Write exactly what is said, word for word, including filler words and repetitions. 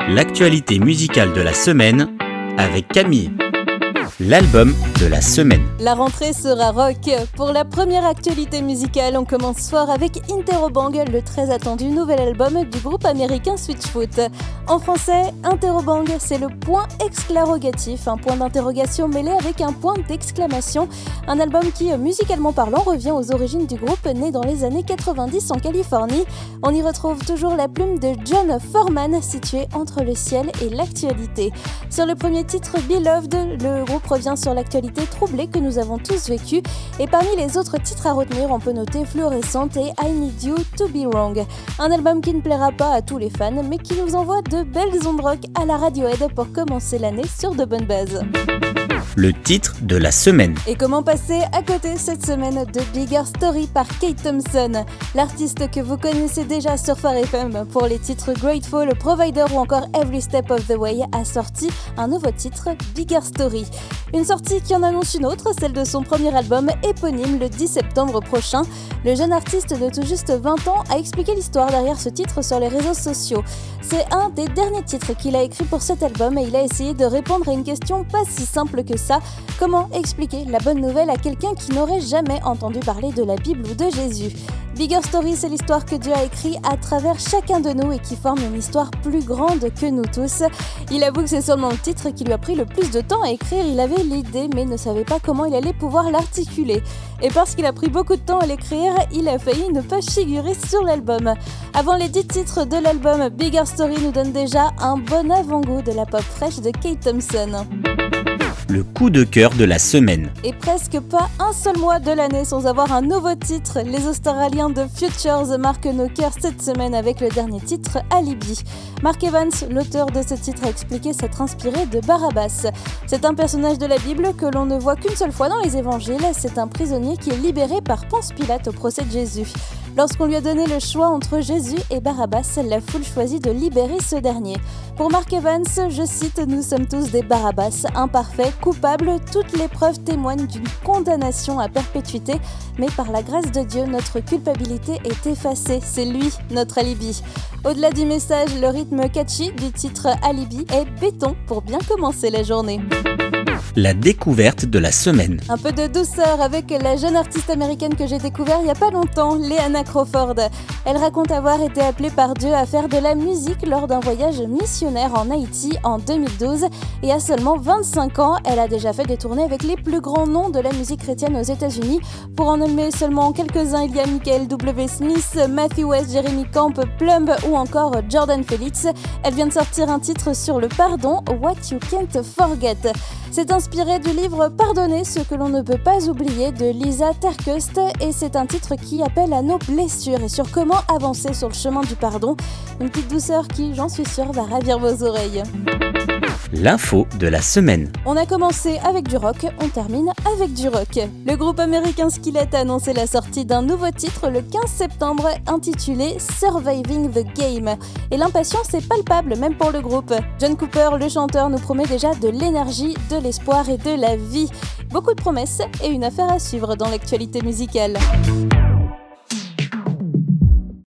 L'actualité musicale de la semaine avec Camille. L'album de la semaine. La rentrée sera rock. Pour la première actualité musicale, on commence fort avec Interrobang, le très attendu nouvel album du groupe américain Switchfoot. En français, Interrobang, c'est le point exclarogatif, un point d'interrogation mêlé avec un point d'exclamation. Un album qui, musicalement parlant, revient aux origines du groupe né dans les années quatre-vingt-dix en Californie. On y retrouve toujours la plume de John Foreman, située entre le ciel et l'actualité. Sur le premier titre, Beloved, le groupe revient sur l'actualité troublée que nous avons tous vécue. Et parmi les autres titres à retenir, on peut noter Fluorescente et I Need You to Be Wrong. Un album qui ne plaira pas à tous les fans, mais qui nous envoie de belles ondes rock à la Radiohead pour commencer l'année sur de bonnes bases. Le titre de la semaine. Et comment passer à côté cette semaine de Bigger Story par Kate Thompson, l'artiste que vous connaissez déjà sur Phare F M pour les titres Grateful, Provider ou encore Every Step of the Way, a sorti un nouveau titre, Bigger Story. Une sortie qui en annonce une autre, celle de son premier album éponyme le dix septembre prochain. Le jeune artiste de tout juste vingt ans a expliqué l'histoire derrière ce titre sur les réseaux sociaux. C'est un des derniers titres qu'il a écrit pour cet album et il a essayé de répondre à une question pas si simple que ça. Comment expliquer la bonne nouvelle à quelqu'un qui n'aurait jamais entendu parler de la Bible ou de Jésus ? Bigger Story, c'est l'histoire que Dieu a écrite à travers chacun de nous et qui forme une histoire plus grande que nous tous. Il avoue que c'est seulement le titre qui lui a pris le plus de temps à écrire. Il avait l'idée mais ne savait pas comment il allait pouvoir l'articuler. Et parce qu'il a pris beaucoup de temps à l'écrire, il a failli ne pas figurer sur l'album. Avant les dix titres de l'album, Bigger Story nous donne déjà un bon avant-goût de la pop fraîche de Kate Thompson. Le coup de cœur de la semaine. Et presque pas un seul mois de l'année sans avoir un nouveau titre. Les Australiens de Futures marquent nos cœurs cette semaine avec le dernier titre, Alibi. Mark Evans, l'auteur de ce titre, a expliqué s'être inspiré de Barabbas. C'est un personnage de la Bible que l'on ne voit qu'une seule fois dans les évangiles. C'est un prisonnier qui est libéré par Ponce Pilate au procès de Jésus. Lorsqu'on lui a donné le choix entre Jésus et Barabbas, la foule choisit de libérer ce dernier. Pour Mark Evans, je cite « Nous sommes tous des Barabbas, imparfaits, coupables, toutes les preuves témoignent d'une condamnation à perpétuité, mais par la grâce de Dieu, notre culpabilité est effacée, c'est lui, notre alibi. » Au-delà du message, le rythme catchy du titre Alibi est béton pour bien commencer la journée. La découverte de la semaine. Un peu de douceur avec la jeune artiste américaine que j'ai découvert il n'y a pas longtemps, Leanna Crawford. Elle raconte avoir été appelée par Dieu à faire de la musique lors d'un voyage missionnaire en Haïti en deux mille douze. Et à seulement vingt-cinq ans, elle a déjà fait des tournées avec les plus grands noms de la musique chrétienne aux États-Unis. Pour en nommer seulement quelques-uns, il y a Michael W. Smith, Matthew West, Jeremy Camp, Plumb ou encore Jordan Felix. Elle vient de sortir un titre sur le pardon, What You Can't Forget. C'est inspiré du livre Pardonner ce que l'on ne peut pas oublier de Lisa TerKeurst et c'est un titre qui appelle à nos blessures et sur comment avancer sur le chemin du pardon. Une petite douceur qui, j'en suis sûre, va ravir vos oreilles. L'info de la semaine. On a commencé avec du rock, on termine avec du rock. Le groupe américain Skillet a annoncé la sortie d'un nouveau titre le quinze septembre intitulé Surviving the Game. Et l'impatience est palpable même pour le groupe. John Cooper, le chanteur, nous promet déjà de l'énergie, de l'espoir et de la vie. Beaucoup de promesses et une affaire à suivre dans l'actualité musicale.